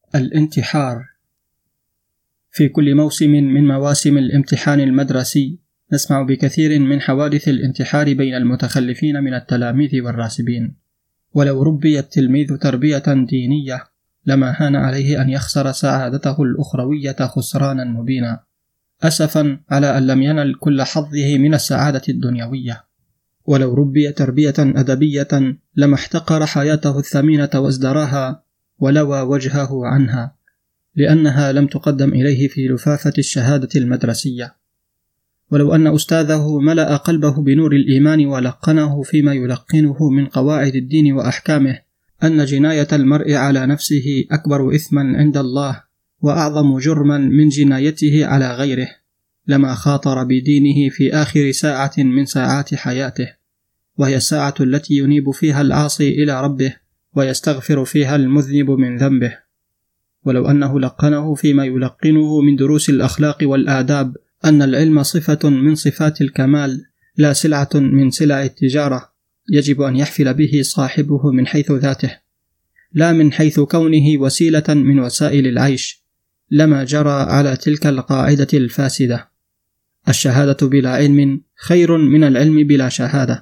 الانتحار. في كل موسم من مواسم الامتحان المدرسي نسمع بكثير من حوادث الانتحار بين المتخلفين من التلاميذ والراسبين. ولو ربي التلميذ تربية دينية لما هان عليه أن يخسر سعادته الأخروية خسرانا مبينا، أسفا على أن لم ينل كل حظه من السعادة الدنيوية. ولو ربي تربية أدبية لما احتقر حياته الثمينة وازدراها ولوى وجهه عنها، لأنها لم تقدم إليه في لفافة الشهادة المدرسية. ولو أن أستاذه ملأ قلبه بنور الإيمان ولقنه فيما يلقنه من قواعد الدين وأحكامه أن جناية المرء على نفسه أكبر إثما عند الله وأعظم جرما من جنايته على غيره، لما خاطر بدينه في آخر ساعة من ساعات حياته، وهي الساعة التي ينيب فيها العاصي إلى ربه ويستغفر فيها المذنب من ذنبه. ولو أنه لقنه فيما يلقنه من دروس الأخلاق والآداب أن العلم صفة من صفات الكمال لا سلعة من سلع التجارة يجب أن يحفل به صاحبه من حيث ذاته لا من حيث كونه وسيلة من وسائل العيش، لما جرى على تلك القاعدة الفاسدة: الشهادة بلا علم خير من العلم بلا شهادة.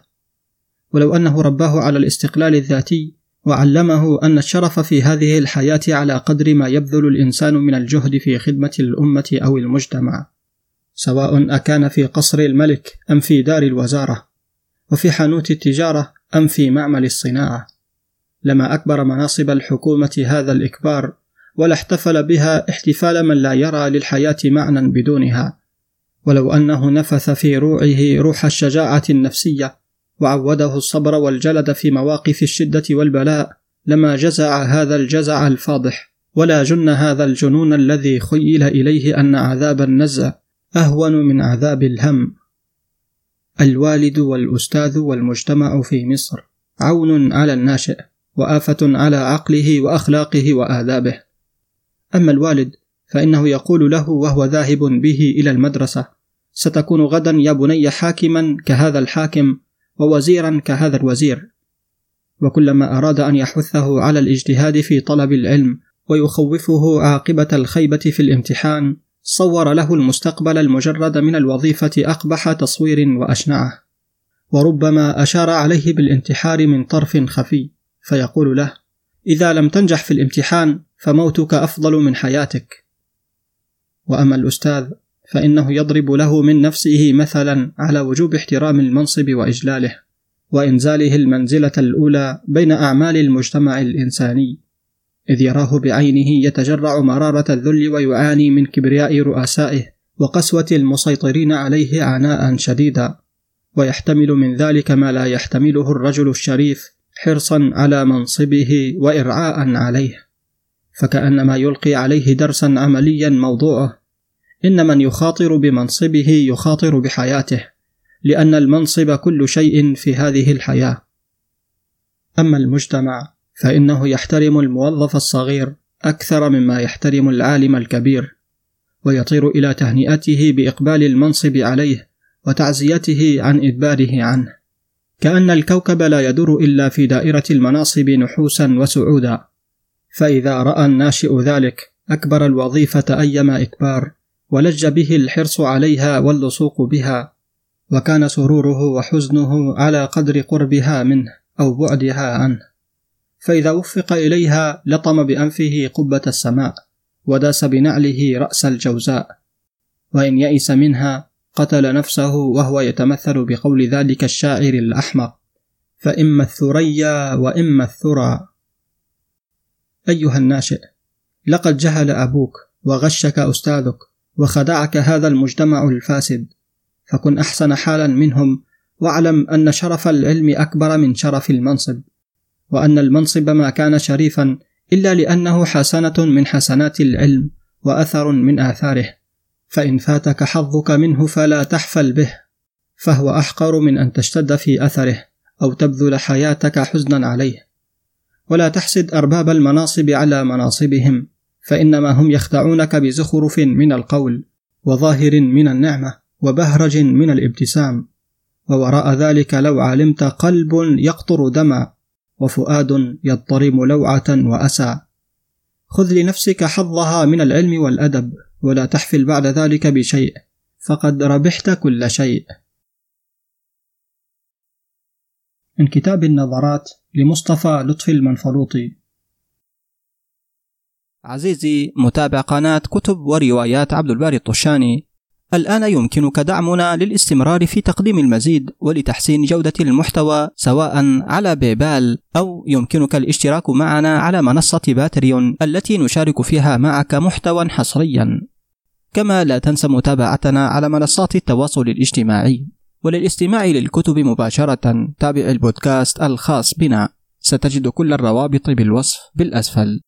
ولو أنه رباه على الاستقلال الذاتي وعلمه أن الشرف في هذه الحياة على قدر ما يبذل الإنسان من الجهد في خدمة الأمة أو المجتمع، سواء أكان في قصر الملك أم في دار الوزارة، وفي حانوت التجارة أم في معمل الصناعة، لما أكبر مناصب الحكومة هذا الإكبار ولا احتفل بها احتفال من لا يرى للحياة معنى بدونها. ولو أنه نفث في روعه روح الشجاعة النفسية وعوده الصبر والجلد في مواقف الشدة والبلاء لما جزع هذا الجزع الفاضح ولا جن هذا الجنون الذي خيل إليه أن عذاب النزع أهون من عذاب الهم. الوالد والأستاذ والمجتمع في مصر عون على الناشئ وآفة على عقله وأخلاقه وآدابه. أما الوالد فإنه يقول له وهو ذاهب به إلى المدرسة: ستكون غدا يا بني حاكما كهذا الحاكم ووزيرا كهذا الوزير. وكلما أراد أن يحثه على الاجتهاد في طلب العلم ويخوفه عاقبة الخيبة في الامتحان صور له المستقبل المجرد من الوظيفة أقبح تصوير وأشنعه، وربما أشار عليه بالانتحار من طرف خفي، فيقول له: إذا لم تنجح في الامتحان فموتك أفضل من حياتك. وأما الأستاذ فإنه يضرب له من نفسه مثلا على وجوب احترام المنصب وإجلاله وإنزاله المنزلة الأولى بين أعمال المجتمع الإنساني، إذ يراه بعينه يتجرع مرارة الذل ويعاني من كبرياء رؤسائه وقسوة المسيطرين عليه عناء شديدا، ويحتمل من ذلك ما لا يحتمله الرجل الشريف حرصا على منصبه وإرعاء عليه، فكأنما يلقي عليه درسا عمليا موضوعه: إن من يخاطر بمنصبه يخاطر بحياته، لأن المنصب كل شيء في هذه الحياة. أما المجتمع فإنه يحترم الموظف الصغير أكثر مما يحترم العالم الكبير، ويطير إلى تهنئته بإقبال المنصب عليه وتعزيته عن إدباره عنه، كأن الكوكب لا يدور إلا في دائرة المناصب نحوسا وسعودا. فإذا رأى الناشئ ذلك أكبر الوظيفة أيما إكبار ولج به الحرص عليها واللصوق بها، وكان سروره وحزنه على قدر قربها منه أو بعدها عنه. فإذا وفق إليها لطم بأنفه قبة السماء وداس بنعله رأس الجوزاء، وإن يئس منها قتل نفسه وهو يتمثل بقول ذلك الشاعر الأحمق: فإما الثريا وإما الثرى. أيها الناشئ، لقد جهل أبوك وغشك أستاذك وخدعك هذا المجتمع الفاسد، فكن أحسن حالا منهم، واعلم أن شرف العلم أكبر من شرف المنصب، وأن المنصب ما كان شريفا إلا لأنه حسنة من حسنات العلم وأثر من آثاره، فإن فاتك حظك منه فلا تحفل به، فهو أحقر من أن تشتد في أثره أو تبذل حياتك حزنا عليه. ولا تحسد أرباب المناصب على مناصبهم، فإنما هم يخدعونك بزخرف من القول وظاهر من النعمة وبهرج من الابتسام، ووراء ذلك لو علمت قلب يقطر دما وفؤاد يضطرم لوعة وأسى. خذ لنفسك حظها من العلم والأدب، ولا تحفل بعد ذلك بشيء، فقد ربحت كل شيء. من كتاب النظرات لمصطفى لطفي المنفلوطي. عزيزي متابع قناة كتب وروايات عبد الباري الطشاني، الآن يمكنك دعمنا للاستمرار في تقديم المزيد ولتحسين جودة المحتوى، سواء على بيبال أو يمكنك الاشتراك معنا على منصة باتريون التي نشارك فيها معك محتوى حصريا. كما لا تنسى متابعتنا على منصات التواصل الاجتماعي. وللاستماع للكتب مباشرة تابع البودكاست الخاص بنا، ستجد كل الروابط بالوصف بالأسفل.